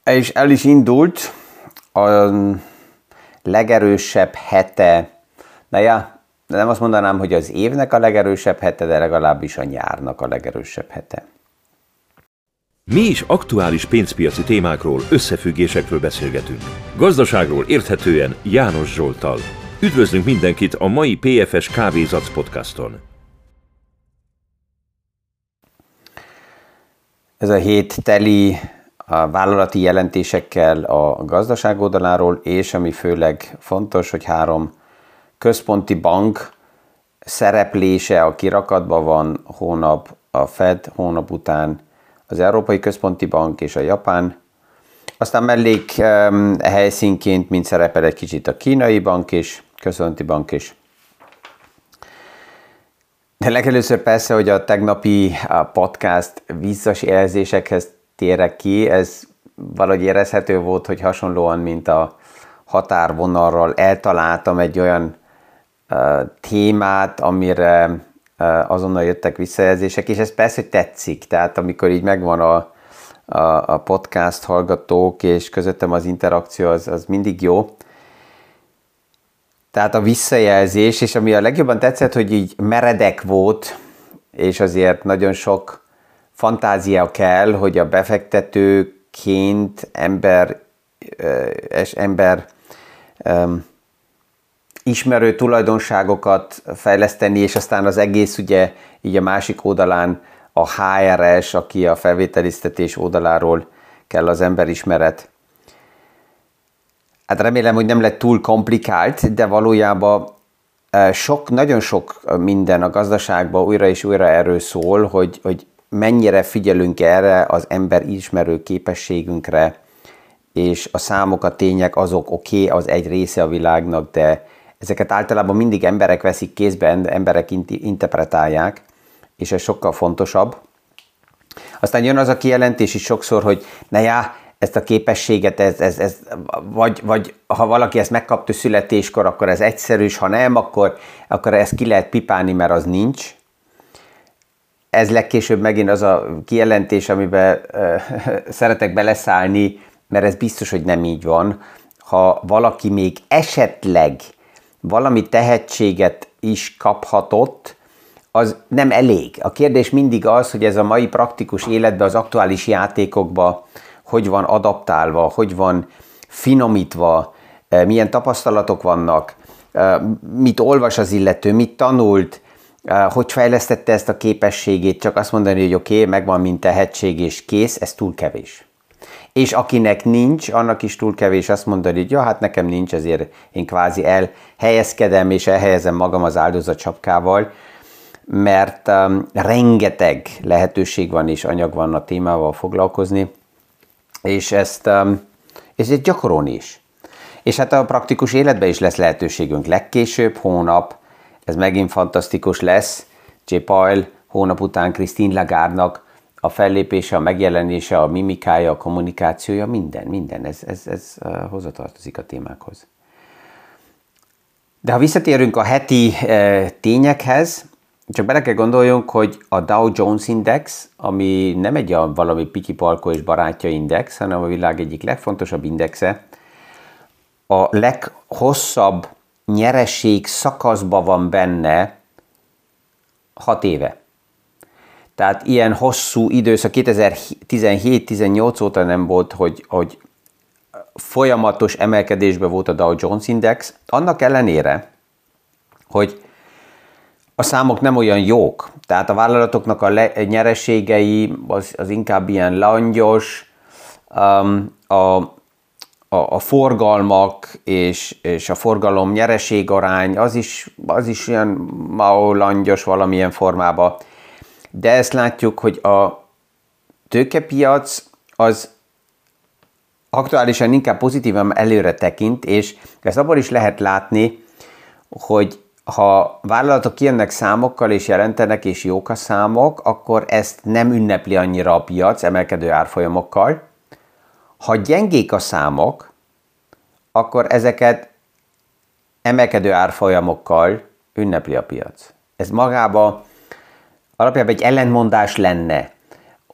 És el is indult a legerősebb hete, de nem azt mondanám, hogy az évnek a legerősebb hete, de legalábbis a nyárnak a legerősebb hete. Mi is aktuális pénzpiaci témákról, összefüggésekről beszélgetünk. Gazdaságról érthetően János Zsolttal. Üdvözlünk mindenkit a mai PFS Kávézac podcaston. Ez a hét teli a vállalati jelentésekkel a gazdaság oldaláról, és ami főleg fontos, hogy 3 központi bank szereplése a kirakatban van, hónap a Fed, hónap után az Európai Központi Bank és a Japán. Aztán mellék helyszínként mind szerepel egy kicsit a kínai bank és központi bank is. De legelőször persze, hogy a tegnapi podcast visszajelzésekhez térek ki, ez valahogy érezhető volt, hogy hasonlóan, mint a határvonalról eltaláltam egy olyan témát, amire azonnal jöttek visszajelzések, és ez persze, hogy tetszik. Tehát amikor így megvan a podcast hallgatók, és közöttem az interakció, az mindig jó. Tehát a visszajelzés, és ami a legjobban tetszett, hogy így meredek volt, és azért nagyon sok fantázia kell, hogy a befektetőként ember ismerő tulajdonságokat fejleszteni, és aztán az egész ugye így a másik oldalán a HRS, aki a felvételiztetés oldaláról kell az emberismeret. Hát remélem, hogy nem lett túl komplikált, de valójában nagyon sok minden a gazdaságban újra és újra erről szól, hogy mennyire figyelünk erre az emberismerő képességünkre, és a számok, a tények azok az egy része a világnak, de ezeket általában mindig emberek veszik kézbe, emberek interpretálják, és ez sokkal fontosabb. Aztán jön az a kijelentés is sokszor, hogy ezt a képességet, vagy ha valaki ezt megkapta születéskor, akkor ez egyszerű, ha nem, akkor ezt ki lehet pipálni, mert az nincs. Ez legkésőbb megint az a kijelentés, amiben szeretek beleszállni, mert ez biztos, hogy nem így van. Ha valaki még esetleg valami tehetséget is kaphatott, az nem elég. A kérdés mindig az, hogy ez a mai praktikus életben, az aktuális játékokban hogy van adaptálva, hogy van finomítva, milyen tapasztalatok vannak, mit olvas az illető, mit tanult, hogy fejlesztette ezt a képességét, csak azt mondani, hogy oké, megvan mint tehetség és kész, ez túl kevés. És akinek nincs, annak is túl kevés azt mondani, hogy hát nekem nincs, ezért én kvázi elhelyezkedem és elhelyezem magam az áldozat sapkával, mert rengeteg lehetőség van és anyag van a témával foglalkozni, és ezt gyakorolni is. És hát a praktikus életben is lesz lehetőségünk legkésőbb, hónap, ez megint fantasztikus lesz, J. Powell, hónap után Christine Lagarde-nak a fellépése, a megjelenése, a mimikája, a kommunikációja, minden, ez hozzatartozik a témákhoz. De ha visszatérünk a heti tényekhez, csak bele kell gondoljunk, hogy a Dow Jones Index, ami nem egy valami piki-palko és barátja index, hanem a világ egyik legfontosabb indexe, a leghosszabb nyereség szakaszban van benne 6 éve. Tehát ilyen hosszú időszak, 2017-18 óta nem volt, hogy folyamatos emelkedésben volt a Dow Jones Index, annak ellenére, hogy a számok nem olyan jók. Tehát a vállalatoknak a nyereségei az inkább ilyen langyos, a forgalmak és a forgalom nyereségarány az is ilyen langyos valamilyen formában. De ezt látjuk, hogy a tőkepiac az aktuálisan inkább pozitívan előre tekint, és ezt abból is lehet látni, hogy ha vállalatok kijönnek számokkal és jelentenek, és jók a számok, akkor ezt nem ünnepli annyira a piac emelkedő árfolyamokkal. Ha gyengék a számok, akkor ezeket emelkedő árfolyamokkal ünnepli a piac. Ez magában alapjában egy ellentmondás lenne,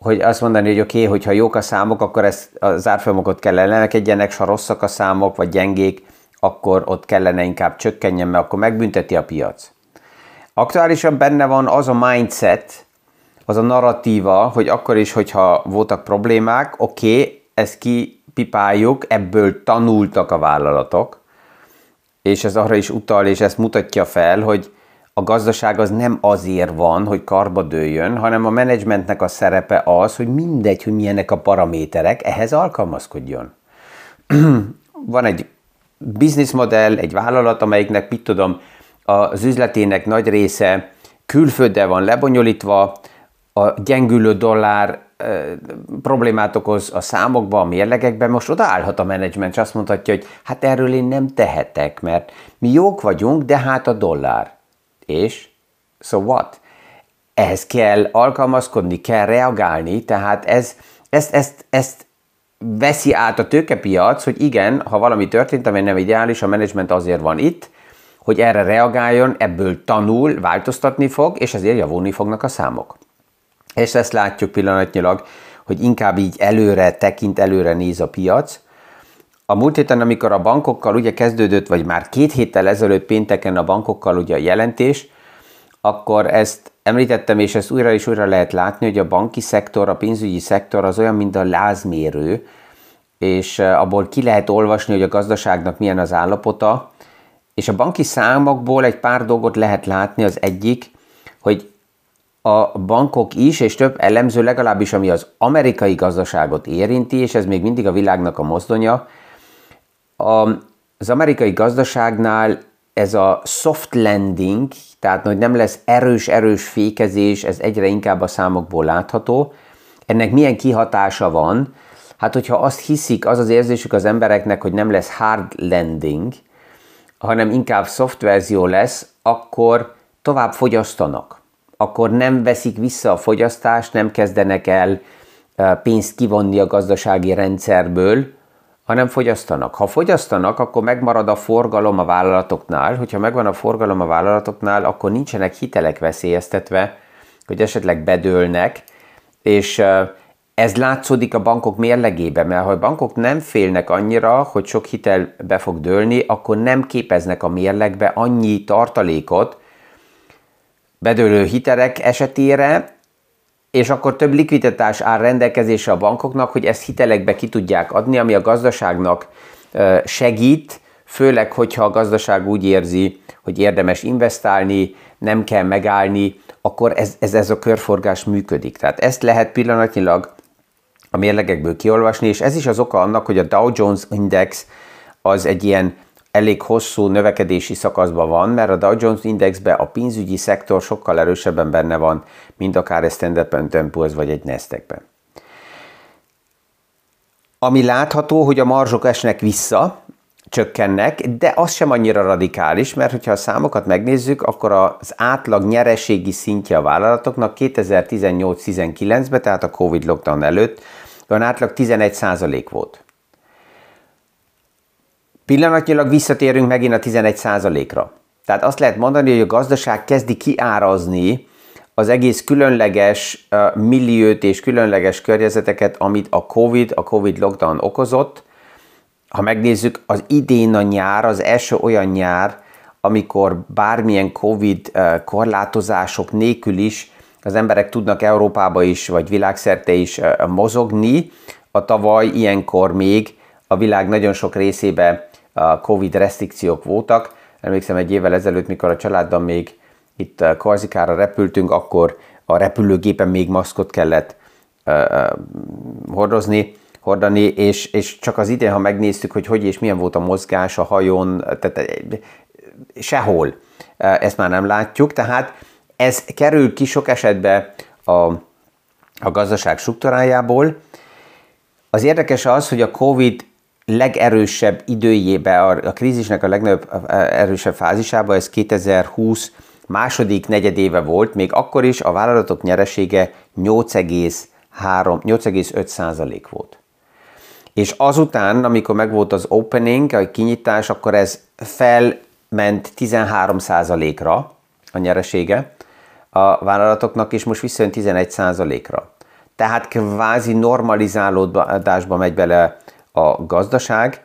hogy azt mondani, hogy oké, hogyha jók a számok, akkor az árfolyamok kell emelkedjenek, ha rosszak a számok, vagy gyengék, akkor ott kellene inkább csökkenjen, mert akkor megbünteti a piac. Aktuálisan benne van az a mindset, az a narratíva, hogy akkor is, hogyha voltak problémák, oké, ezt kipipáljuk, ebből tanultak a vállalatok, és ez arra is utal, és ezt mutatja fel, hogy a gazdaság az nem azért van, hogy karba dőljön, hanem a menedzsmentnek a szerepe az, hogy mindegy, hogy milyenek a paraméterek, ehhez alkalmazkodjon. Van egy bizniszmodell, egy vállalat, amelyiknek, mit tudom, az üzletének nagy része külfölddel van lebonyolítva, a gyengülő dollár problémát okoz a számokban, a mérlegekben, most odaállhat a menedzsment, és azt mondhatja, hogy hát erről én nem tehetek, mert mi jók vagyunk, de hát a dollár. És? So what? Ehhez kell alkalmazkodni, kell reagálni, tehát ezt veszi át a tőkepiac, hogy igen, ha valami történt, ami nem ideális, a menedzsment azért van itt, hogy erre reagáljon, ebből tanul, változtatni fog, és ezért javulni fognak a számok. És ezt látjuk pillanatnyilag, hogy inkább így előre tekint, előre néz a piac. A múlt héten, amikor a bankokkal ugye kezdődött, vagy már 2 héttel ezelőtt pénteken a bankokkal ugye a jelentés, akkor ezt említettem, és ezt újra és újra lehet látni, hogy a banki szektor, a pénzügyi szektor az olyan, mint a lázmérő, és abból ki lehet olvasni, hogy a gazdaságnak milyen az állapota, és a banki számokból egy pár dolgot lehet látni. Az egyik, hogy a bankok is, és több elemző legalábbis, ami az amerikai gazdaságot érinti, és ez még mindig a világnak a mozdonya, az amerikai gazdaságnál ez a soft landing, tehát hogy nem lesz erős fékezés, ez egyre inkább a számokból látható. Ennek milyen kihatása van? Hát, hogyha azt hiszik, az az érzésük az embereknek, hogy nem lesz hard landing, hanem inkább soft verzió lesz, akkor tovább fogyasztanak. Akkor nem veszik vissza a fogyasztást, nem kezdenek el pénzt kivonni a gazdasági rendszerből, hanem fogyasztanak. Ha fogyasztanak, akkor megmarad a forgalom a vállalatoknál. Hogyha megvan a forgalom a vállalatoknál, akkor nincsenek hitelek veszélyeztetve, hogy esetleg bedőlnek, és ez látszódik a bankok mérlegében, mert ha a bankok nem félnek annyira, hogy sok hitel be fog dőlni, akkor nem képeznek a mérlegbe annyi tartalékot bedőlő hitelek esetére, és akkor több likviditás áll rendelkezésre a bankoknak, hogy ezt hitelekbe ki tudják adni, ami a gazdaságnak segít, főleg, hogyha a gazdaság úgy érzi, hogy érdemes investálni, nem kell megállni, akkor ez a körforgás működik. Tehát ezt lehet pillanatnyilag a mérlegekből kiolvasni, és ez is az oka annak, hogy a Dow Jones Index az egy ilyen elég hosszú növekedési szakaszban van, mert a Dow Jones Indexben a pénzügyi szektor sokkal erősebben benne van, mint akár egy Standard & Poor's vagy egy Nasdaqben. Ami látható, hogy a marzsok esnek vissza, csökkennek, de az sem annyira radikális, mert hogyha a számokat megnézzük, akkor az átlag nyereségi szintje a vállalatoknak 2018-19-ben, tehát a Covid lockdown előtt, olyan átlag 11% volt. Pillanatnyilag visszatérünk megint a 11%-ra. Tehát azt lehet mondani, hogy a gazdaság kezdi kiárazni az egész különleges milliót és különleges környezeteket, amit a Covid lockdown okozott. Ha megnézzük, az idén a nyár, az első olyan nyár, amikor bármilyen Covid korlátozások nélkül is az emberek tudnak Európába is, vagy világszerte is mozogni. A tavaly ilyenkor még a világ nagyon sok részében a Covid restrikciók voltak. Emlékszem egy évvel ezelőtt, mikor a családdal még itt Korzikára repültünk, akkor a repülőgépen még maszkot kellett hordani, és csak az idén, ha megnéztük, hogy és milyen volt a mozgás a hajón, tehát sehol ezt már nem látjuk, tehát ez kerül ki sok esetben a gazdaság struktúrájából. Az érdekes az, hogy a Covid legerősebb időjében, a krízisnek a legnagyobb erősebb fázisában, ez 2020 második negyedéve volt, még akkor is a vállalatok nyeresége 8,5% volt. És azután, amikor megvolt az opening, a kinyitás, akkor ez felment 13%-ra a nyeresége a vállalatoknak, és most visszajön 11%-ra. tehát kvázi normalizálódásba megy bele a gazdaság.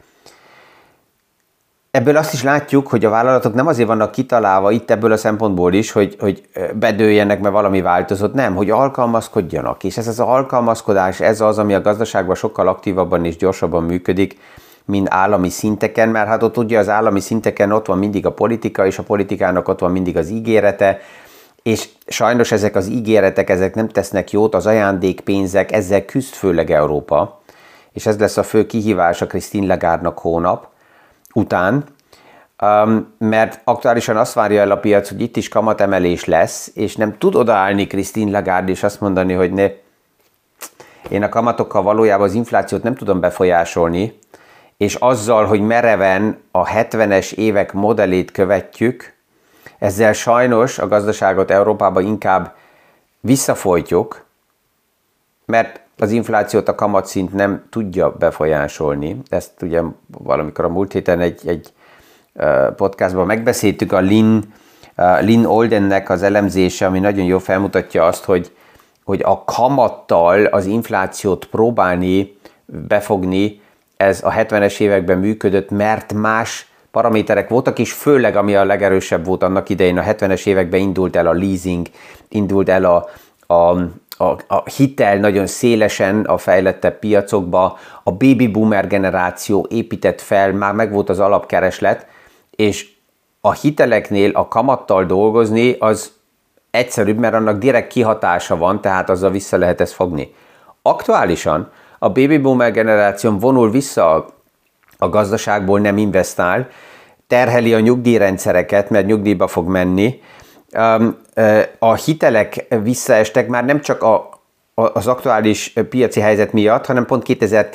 Ebből azt is látjuk, hogy a vállalatok nem azért vannak kitalálva itt ebből a szempontból is, hogy bedőljenek, mert valami változott, nem, hogy alkalmazkodjanak. És ez az alkalmazkodás, ez az, ami a gazdaságban sokkal aktívabban és gyorsabban működik, mint állami szinteken, mert hát ott ugye az állami szinteken ott van mindig a politika, és a politikának ott van mindig az ígérete, és sajnos ezek az ígéretek, ezek nem tesznek jót, az ajándékpénzek, ezzel küzd főleg Európa, és ez lesz a fő kihívás a Christine Lagarde-nak hónap után, mert aktuálisan azt várja el a piac, hogy itt is kamatemelés lesz, és nem tud odaállni Christine Lagarde és azt mondani, hogy ne, én a kamatokkal valójában az inflációt nem tudom befolyásolni, és azzal, hogy mereven a 70-es évek modellét követjük, ezzel sajnos a gazdaságot Európában inkább visszafolytjuk, mert az inflációt a kamatszint nem tudja befolyásolni. Ezt ugye valamikor a múlt héten egy podcastban megbeszéltük, a Lynn Oldennek az elemzése, ami nagyon jól felmutatja azt, hogy a kamattal az inflációt próbálni befogni, ez a 70-es években működött, mert más paraméterek voltak, és főleg ami a legerősebb volt annak idején, a 70-es években indult el a leasing, indult el a hitel nagyon szélesen a fejlettebb piacokba, a baby boomer generáció épített fel, már megvolt az alapkereslet, és a hiteleknél a kamattal dolgozni az egyszerűbb, mert annak direkt kihatása van, tehát azzal vissza lehet ezt fogni. Aktuálisan a baby boomer generáció vonul vissza a gazdaságból, nem investál, terheli a nyugdíjrendszereket, mert nyugdíjba fog menni. A hitelek visszaestek már nem csak az aktuális piaci helyzet miatt, hanem pont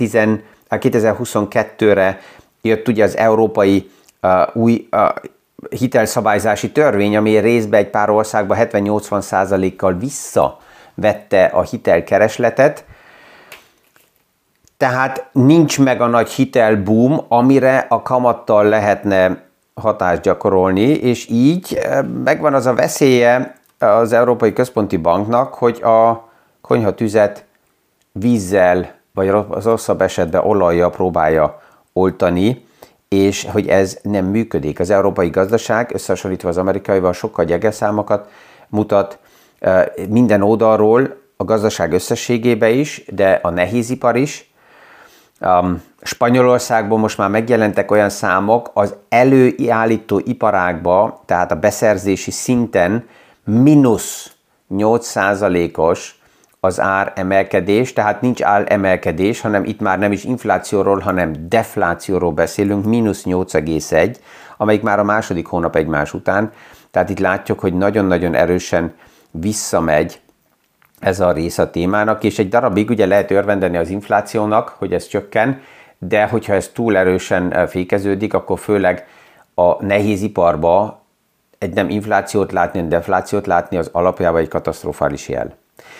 2022-re jött ugye az európai új hitelszabályzási törvény, ami részben egy pár országban 70-80%-kal visszavette a hitelkeresletet. Tehát nincs meg a nagy hitelboom, amire a kamattal lehetne hatást gyakorolni, és így megvan az a veszélye az Európai Központi Banknak, hogy a konyhatüzet vízzel, vagy az rosszabb esetben olajjal próbálja oltani, és hogy ez nem működik. Az európai gazdaság összehasonlítva az amerikaival sokkal gyenge számokat mutat minden oldalról, a gazdaság összességébe is, de a nehézipar is. Spanyolországban most már megjelentek olyan számok, az előállító iparágban, tehát a beszerzési szinten -8%-os az ár emelkedés, tehát nincs áremelkedés, hanem itt már nem is inflációról, hanem deflációról beszélünk, -8,1, amelyik már a második hónap egymás után. Tehát itt látjuk, hogy nagyon-nagyon erősen visszamegy ez a rész a témának, és egy darabig ugye lehet örvendeni az inflációnak, hogy ez csökken, de hogyha ez túl erősen fékeződik, akkor főleg a nehéziparba egy nem inflációt látni, hanem deflációt látni, az alapjában egy katasztrofális jel.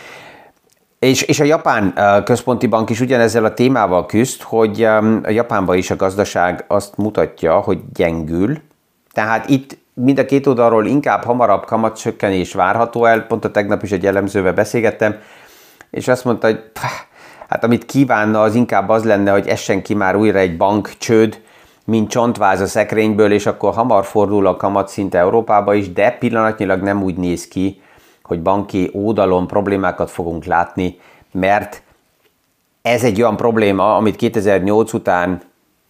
És a japán központi bank is ugyanezzel a témával küzd, hogy a Japánban is a gazdaság azt mutatja, hogy gyengül, tehát itt mind a két oldalról inkább hamarabb kamatcsökkenés várható el, pont a tegnap is egy elemzővel beszélgettem, és azt mondta, hogy hát amit kívánna, az inkább az lenne, hogy essen ki már újra egy bankcsőd, mint csontváz a szekrényből, és akkor hamar fordul a kamatszint Európába is, de pillanatnyilag nem úgy néz ki, hogy banki oldalon problémákat fogunk látni, mert ez egy olyan probléma, amit 2008 után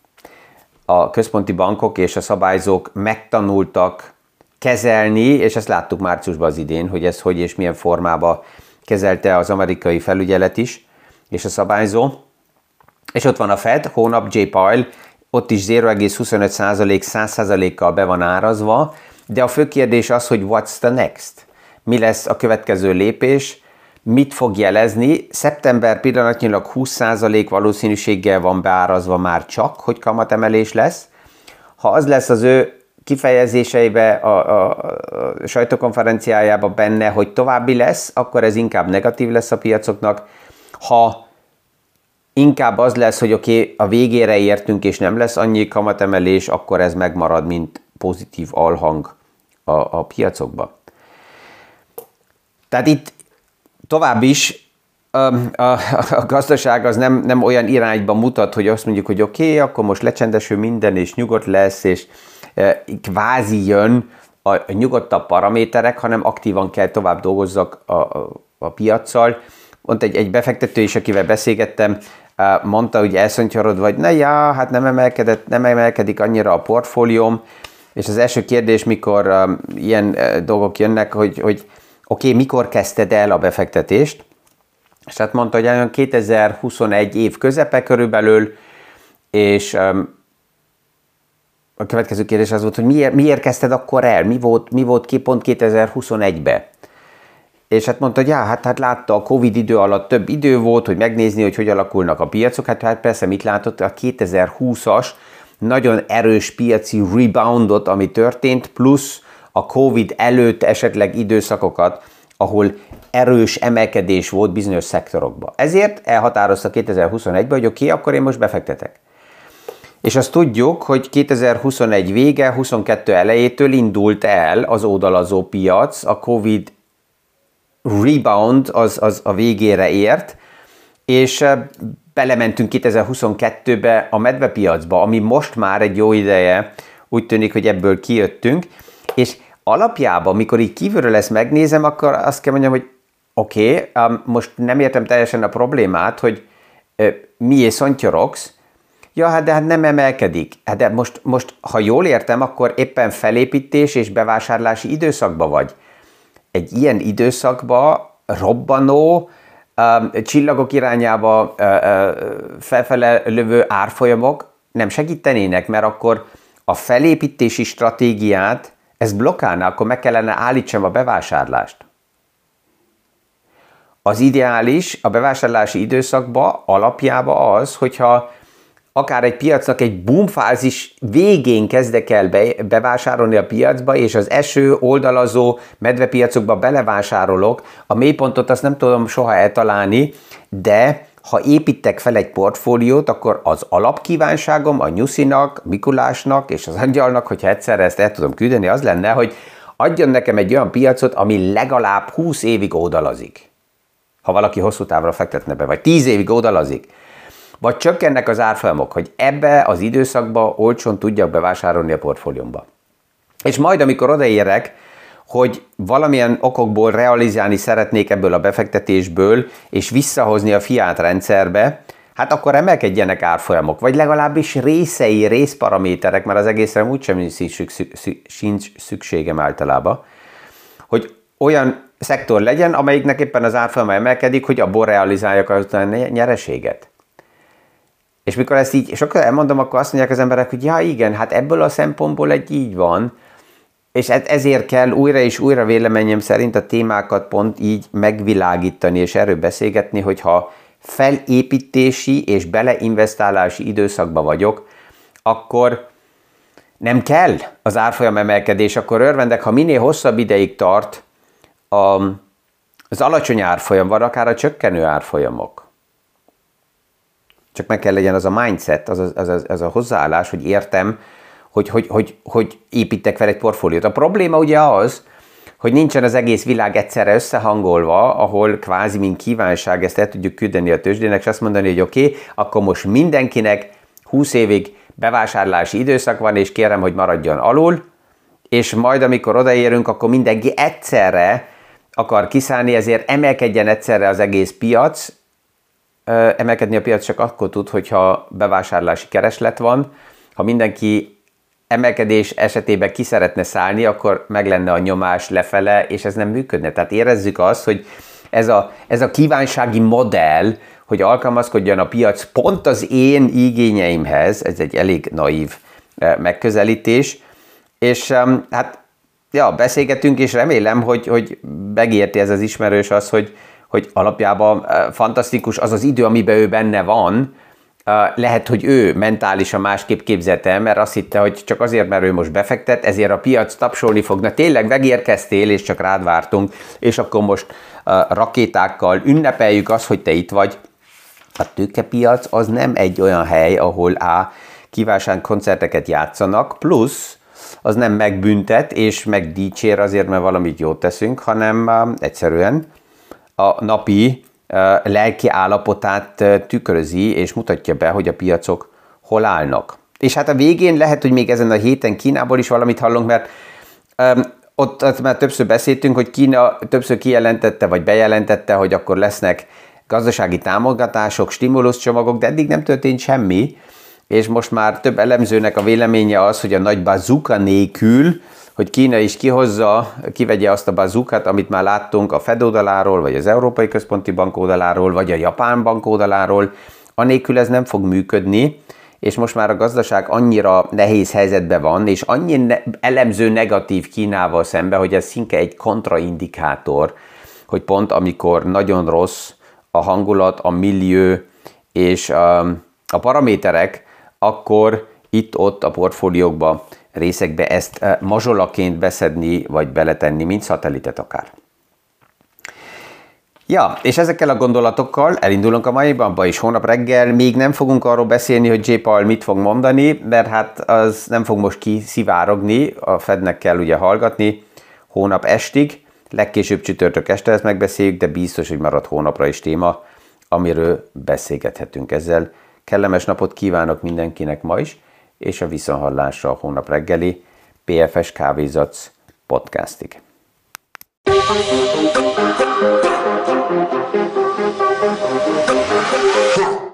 a központi bankok és a szabályzók megtanultak kezelni, és ezt láttuk márciusban az idén, hogy ez hogy és milyen formában kezelte az amerikai felügyelet is, és a szabályzó. És ott van a Fed, hónap J. Powell, ott is 0,25%, 100%-kal be van árazva, de a fő kérdés az, hogy what's the next? Mi lesz a következő lépés? Mit fog jelezni? Szeptember pillanatnyilag 20% valószínűséggel van beárazva már csak, hogy kamatemelés lesz. Ha az lesz az ő kifejezéseibe, a sajtókonferenciájában benne, hogy további lesz, akkor ez inkább negatív lesz a piacoknak. Ha inkább az lesz, hogy oké, a végére értünk, és nem lesz annyi kamatemelés, akkor ez megmarad, mint pozitív alhang a piacokba. Tehát itt tovább is A gazdaság az nem olyan irányba mutat, hogy azt mondjuk, hogy oké, akkor most lecsendesül minden, és nyugodt lesz, és kvázi jön a nyugodtabb paraméterek, hanem aktívan kell tovább dolgozzak a piaccal. Mondta egy befektető is, akivel beszélgettem, mondta, hogy elszontyarod vagy, hát nem emelkedik annyira a portfólióm, és az első kérdés, mikor ilyen dolgok jönnek, hogy oké, mikor kezdted el a befektetést? És hát mondta, hogy olyan 2021 év közepe körülbelül, és a következő kérdés az volt, hogy miért kezdted akkor el? Mi volt ki pont 2021-ben? És hát mondta, hogy hát látta a Covid idő alatt több idő volt, hogy megnézni, hogy alakulnak a piacok. Hát persze mit látott? A 2020-as nagyon erős piaci reboundot, ami történt, plusz a Covid előtt esetleg időszakokat, ahol erős emelkedés volt bizonyos szektorokban. Ezért elhatározta 2021-ben, hogy oké, akkor én most befektetek. És azt tudjuk, hogy 2021 vége, 22 elejétől indult el az oldalazó piac, a Covid rebound az a végére ért, és belementünk 2022-be a medvepiacba, ami most már egy jó ideje, úgy tűnik, hogy ebből kijöttünk, és alapjában, mikor így kívülről ezt megnézem, akkor azt kell mondjam, hogy oké, most nem értem teljesen a problémát, hogy miért szontyorogsz, de hát nem emelkedik. De most, ha jól értem, akkor éppen felépítés és bevásárlási időszakban vagy. Egy ilyen időszakban robbanó, csillagok irányába felfele lövő árfolyamok nem segítenének, mert akkor a felépítési stratégiát ez blokkálna, akkor meg kellene állítsam a bevásárlást. Az ideális a bevásárlási időszakban alapjában az, hogyha akár egy piacnak egy boomfázis végén kezdek el bevásárolni a piacba, és az eső oldalazó medvepiacokba belevásárolok, a mélypontot azt nem tudom soha eltalálni, de ha építek fel egy portfóliót, akkor az alapkívánságom a Nyuszinak, Mikulásnak és az Angyalnak, hogyha egyszerre ezt el tudom küldeni, az lenne, hogy adjon nekem egy olyan piacot, ami legalább 20 évig oldalazik. Ha valaki hosszú távra fektetne be, vagy 10 évig oldalazik. Vagy csökkennek az árfolyamok, hogy ebbe az időszakba olcsón tudjak bevásárolni a portfóliómba. És majd, amikor odaérek, hogy valamilyen okokból realizálni szeretnék ebből a befektetésből, és visszahozni a fiát rendszerbe, hát akkor emelkedjenek árfolyamok, vagy legalábbis részparaméterek, mert az egészre úgysem sincs szükségem általában, hogy olyan szektor legyen, amelyiknek éppen az árfolyama emelkedik, hogy abból realizáljak azután nyereséget. És mikor ezt így sokkal elmondom, akkor azt mondják az emberek, hogy igen, hát ebből a szempontból így van, és ezért kell újra és újra véleményem szerint a témákat pont így megvilágítani és erről beszélgetni, hogyha felépítési és beleinvestálási időszakban vagyok, akkor nem kell az árfolyam emelkedés, akkor örvendek, ha minél hosszabb ideig tart az alacsony árfolyam, vagy akár a csökkenő árfolyamok. Csak meg kell legyen az a mindset, az a hozzáállás, hogy értem, hogy építek fel egy portfóliót. A probléma ugye az, hogy nincsen az egész világ egyszerre összehangolva, ahol kvázi mint kívánság ezt el tudjuk küldeni a tőzsdének, és azt mondani, hogy oké, akkor most mindenkinek 20 évig bevásárlási időszak van, és kérem, hogy maradjon alul, és majd amikor odaérünk, akkor mindenki egyszerre akar kiszállni, ezért emelkedjen egyszerre az egész piac. Emelkedni a piac csak akkor tud, hogyha bevásárlási kereslet van. Ha mindenki emelkedés esetében ki szeretne szállni, akkor meg lenne a nyomás lefele, és ez nem működne. Tehát érezzük azt, hogy ez a kívánsági modell, hogy alkalmazkodjon a piac pont az én igényeimhez, ez egy elég naív megközelítés, és hát beszélgetünk, és remélem, hogy megérti ez az ismerős az, hogy alapjában fantasztikus az az idő, amiben ő benne van. Lehet, hogy ő mentálisan másképp képzelte, mert azt hitte, hogy csak azért, mert ő most befektet, ezért a piac tapsolni fog. Na tényleg megérkeztél, és csak rád vártunk, és akkor most rakétákkal ünnepeljük azt, hogy te itt vagy. A tőkepiac az nem egy olyan hely, ahol kívánság koncerteket játszanak, plusz az nem megbüntet és megdicsér azért, mert valamit jót teszünk, hanem egyszerűen a napi lelki állapotát tükrözi, és mutatja be, hogy a piacok hol állnak. És hát a végén lehet, hogy még ezen a héten Kínából is valamit hallunk, mert ott már többször beszéltünk, hogy Kína többször kijelentette, vagy bejelentette, hogy akkor lesznek gazdasági támogatások, stimuluszcsomagok, de eddig nem történt semmi, és most már több elemzőnek a véleménye az, hogy a nagy bazooka nélkül, hogy Kína is kivegye azt a bazookát, amit már láttunk a Fed oldaláról, vagy az Európai Központi Bank oldaláról, vagy a Japán bank oldaláról, anélkül ez nem fog működni, és most már a gazdaság annyira nehéz helyzetben van, és annyi elemző negatív Kínával szemben, hogy ez szinte egy kontraindikátor, hogy pont amikor nagyon rossz a hangulat, a millió és a paraméterek, akkor itt-ott a portfóliókba, részekbe ezt mazsolaként beszedni, vagy beletenni, mint szatellitet akár. Ja, és ezekkel a gondolatokkal elindulunk a maibanba is. Hónap reggel még nem fogunk arról beszélni, hogy J. Powell mit fog mondani, mert hát az nem fog most kiszivárogni, a Fednek kell ugye hallgatni hónap estig, legkésőbb csütörtök este ezt megbeszéljük, de biztos, hogy marad hónapra is téma, amiről beszélgethetünk ezzel. Kellemes napot kívánok mindenkinek ma is, és a viszonthallásra a hónap reggeli PFS Kávézac podcastig. Ha!